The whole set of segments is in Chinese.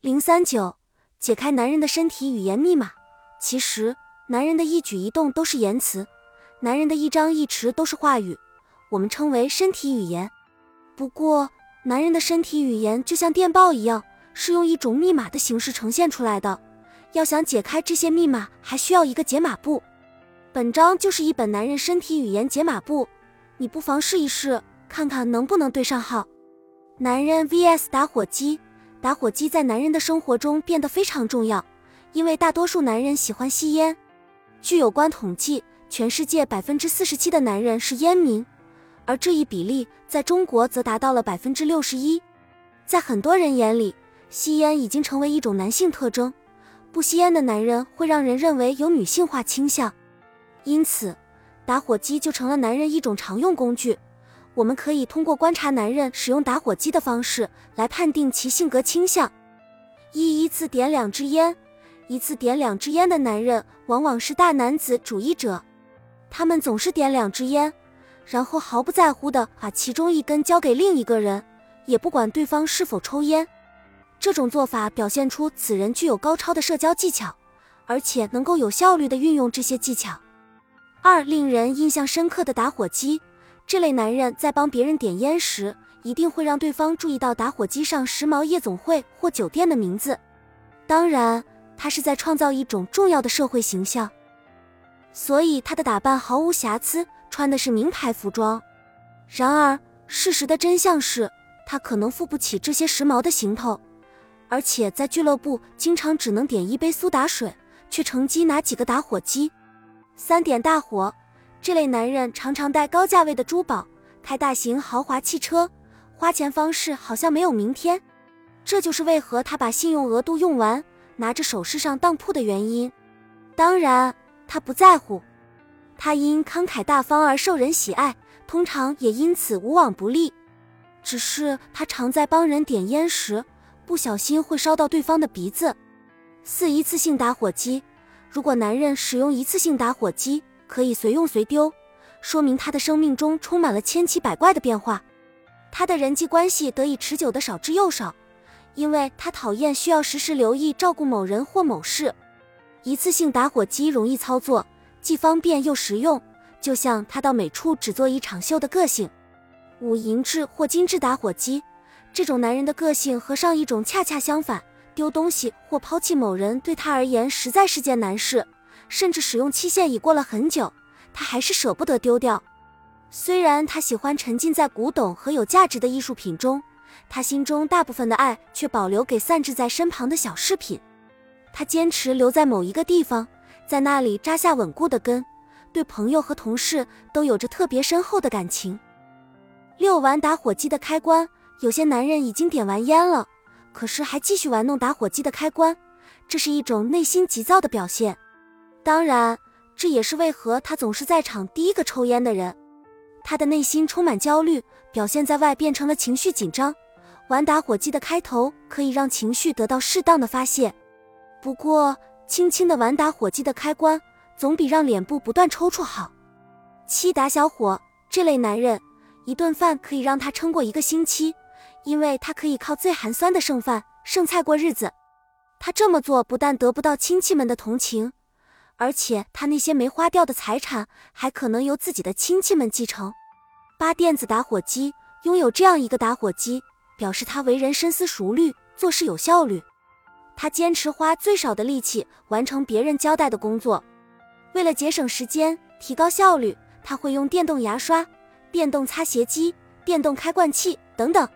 039解开男人的身体语言密码。其实，男人的一举一动都是言辞，男人的一张一弛都是话语，我们称为身体语言。不过，男人的身体语言就像电报一样，是用一种密码的形式呈现出来的。要想解开这些密码，还需要一个解码簿。本章就是一本男人身体语言解码簿，你不妨试一试，看看能不能对上号。男人 vs 打火机。打火机在男人的生活中变得非常重要，因为大多数男人喜欢吸烟。据有关统计，全世界 47% 的男人是烟民，而这一比例在中国则达到了 61%。在很多人眼里，吸烟已经成为一种男性特征，不吸烟的男人会让人认为有女性化倾向。因此，打火机就成了男人一种常用工具。我们可以通过观察男人使用打火机的方式来判定其性格倾向。一次点2支烟。一次点2支烟的男人往往是大男子主义者，他们总是点2支烟，然后毫不在乎地把其中一根交给另一个人，也不管对方是否抽烟。这种做法表现出此人具有高超的社交技巧，而且能够有效率地运用这些技巧。2令人印象深刻的打火机。这类男人在帮别人点烟时，一定会让对方注意到打火机上时髦夜总会或酒店的名字。当然，他是在创造一种重要的社会形象，所以他的打扮毫无瑕疵，穿的是名牌服装。然而，事实的真相是，他可能付不起这些时髦的行头，而且在俱乐部经常只能点1杯苏打水，却乘机拿几个打火机。3点大火。这类男人常常戴高价位的珠宝，开大型豪华汽车，花钱方式好像没有明天。这就是为何他把信用额度用完，拿着首饰上当铺的原因。当然，他不在乎。他因慷慨大方而受人喜爱，通常也因此无往不利。只是他常在帮人点烟时，不小心会烧到对方的鼻子。4一次性打火机。如果男人使用一次性打火机，可以随用随丢，说明他的生命中充满了千奇百怪的变化。他的人际关系得以持久的少之又少，因为他讨厌需要时时留意照顾某人或某事。一次性打火机容易操作，既方便又实用，就像他到每处只做一场秀的个性。5银质或金质打火机。这种男人的个性和上一种恰恰相反，丢东西或抛弃某人对他而言实在是件难事，甚至使用期限已过了很久，他还是舍不得丢掉。虽然他喜欢沉浸在古董和有价值的艺术品中，他心中大部分的爱却保留给散置在身旁的小饰品。他坚持留在某一个地方，在那里扎下稳固的根，对朋友和同事都有着特别深厚的感情。6玩打火机的开关。有些男人已经点完烟了，可是还继续玩弄打火机的开关，这是一种内心急躁的表现。当然，这也是为何他总是在场第一个抽烟的人。他的内心充满焦虑，表现在外变成了情绪紧张。玩打火机的开头可以让情绪得到适当的发泄。不过，轻轻地玩打火机的开关，总比让脸部不断抽搐好。7打小火。这类男人，一顿饭可以让他撑过1个星期，因为他可以靠最寒酸的剩饭、剩菜过日子。他这么做不但得不到亲戚们的同情，而且他那些没花掉的财产还可能由自己的亲戚们继承。8电子打火机。拥有这样一个打火机，表示他为人深思熟虑，做事有效率。他坚持花最少的力气完成别人交代的工作。为了节省时间，提高效率，他会用电动牙刷、电动擦鞋机、电动开罐器等等。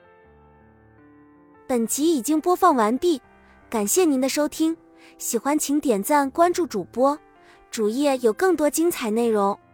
本集已经播放完毕，感谢您的收听，喜欢请点赞关注主播，主页有更多精彩内容。